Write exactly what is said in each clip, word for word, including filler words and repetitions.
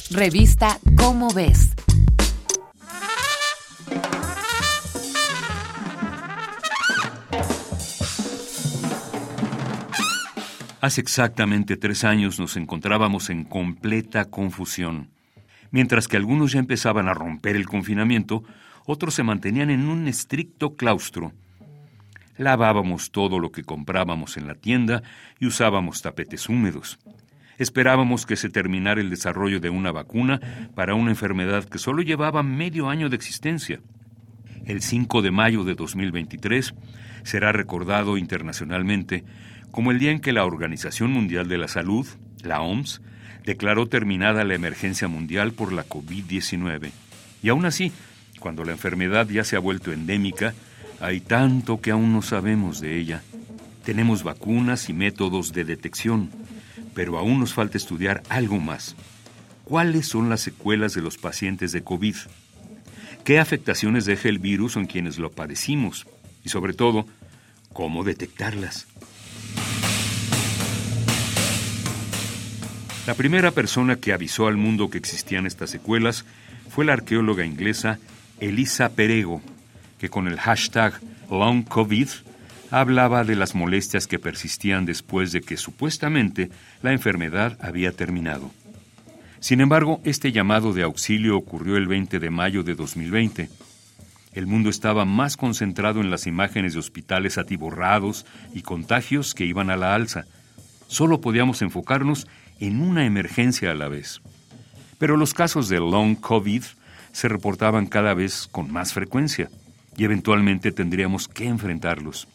Revista Cómo Ves. Hace exactamente tres años nos encontrábamos en completa confusión. Mientras que algunos ya empezaban a romper el confinamiento, otros se mantenían en un estricto claustro. Lavábamos todo lo que comprábamos en la tienda y usábamos tapetes húmedos. Esperábamos que se terminara el desarrollo de una vacuna para una enfermedad que solo llevaba medio año de existencia. El cinco de mayo de dos mil veintitrés será recordado internacionalmente como el día en que la Organización Mundial de la Salud, la O M S, declaró terminada la emergencia mundial por la covid diecinueve. Y aún así, cuando la enfermedad ya se ha vuelto endémica, hay tanto que aún no sabemos de ella. Tenemos vacunas y métodos de detección, pero aún nos falta estudiar algo más. ¿Cuáles son las secuelas de los pacientes de COVID? ¿Qué afectaciones deja el virus en quienes lo padecimos? Y sobre todo, ¿cómo detectarlas? La primera persona que avisó al mundo que existían estas secuelas fue la arqueóloga inglesa Elisa Perego, que con el hashtag Long COVID hablaba de las molestias que persistían después de que supuestamente la enfermedad había terminado. Sin embargo, este llamado de auxilio ocurrió el veinte de mayo de dos mil veinte. El mundo estaba más concentrado en las imágenes de hospitales atiborrados y contagios que iban a la alza. Solo podíamos enfocarnos en una emergencia a la vez. Pero los casos de Long COVID se reportaban cada vez con más frecuencia y eventualmente tendríamos que enfrentarlos.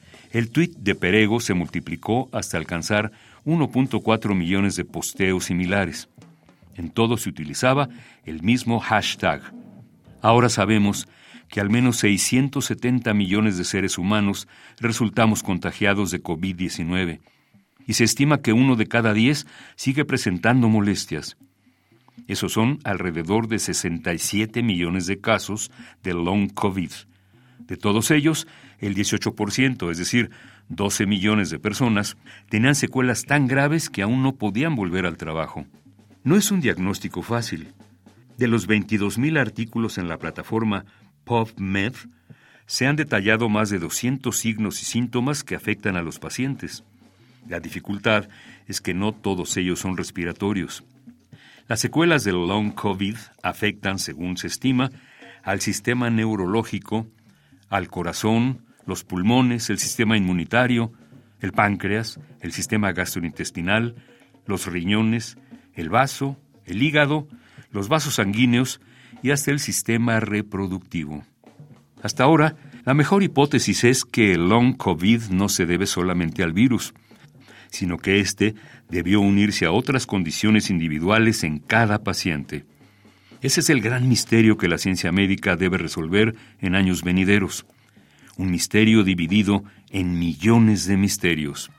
El tuit de Perego se multiplicó hasta alcanzar uno punto cuatro millones de posteos similares. En todo se utilizaba el mismo hashtag. Ahora sabemos que al menos seiscientos setenta millones de seres humanos resultamos contagiados de covid diecinueve y se estima que uno de cada diez sigue presentando molestias. Esos son alrededor de sesenta y siete millones de casos de Long COVID. De todos ellos, el dieciocho por ciento, es decir, doce millones de personas, tenían secuelas tan graves que aún no podían volver al trabajo. No es un diagnóstico fácil. De los veintidós mil artículos en la plataforma PubMed, se han detallado más de doscientos signos y síntomas que afectan a los pacientes. La dificultad es que no todos ellos son respiratorios. Las secuelas del Long COVID afectan, según se estima, al sistema neurológico, al corazón, los pulmones, el sistema inmunitario, el páncreas, el sistema gastrointestinal, los riñones, el vaso, el hígado, los vasos sanguíneos y hasta el sistema reproductivo. Hasta ahora, la mejor hipótesis es que el Long COVID no se debe solamente al virus, sino que éste debió unirse a otras condiciones individuales en cada paciente. Ese es el gran misterio que la ciencia médica debe resolver en años venideros. Un misterio dividido en millones de misterios.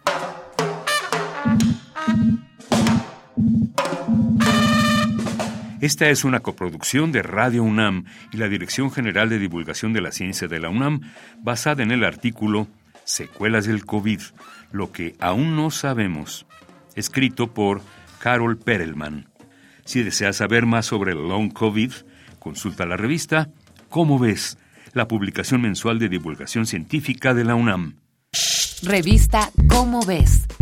Esta es una coproducción de Radio UNAM y la Dirección General de Divulgación de la Ciencia de la UNAM, basada en el artículo Secuelas del COVID, lo que aún no sabemos, escrito por Carol Perelman. Si deseas saber más sobre el Long COVID, consulta la revista Cómo Ves, la publicación mensual de divulgación científica de la UNAM. Revista Cómo Ves.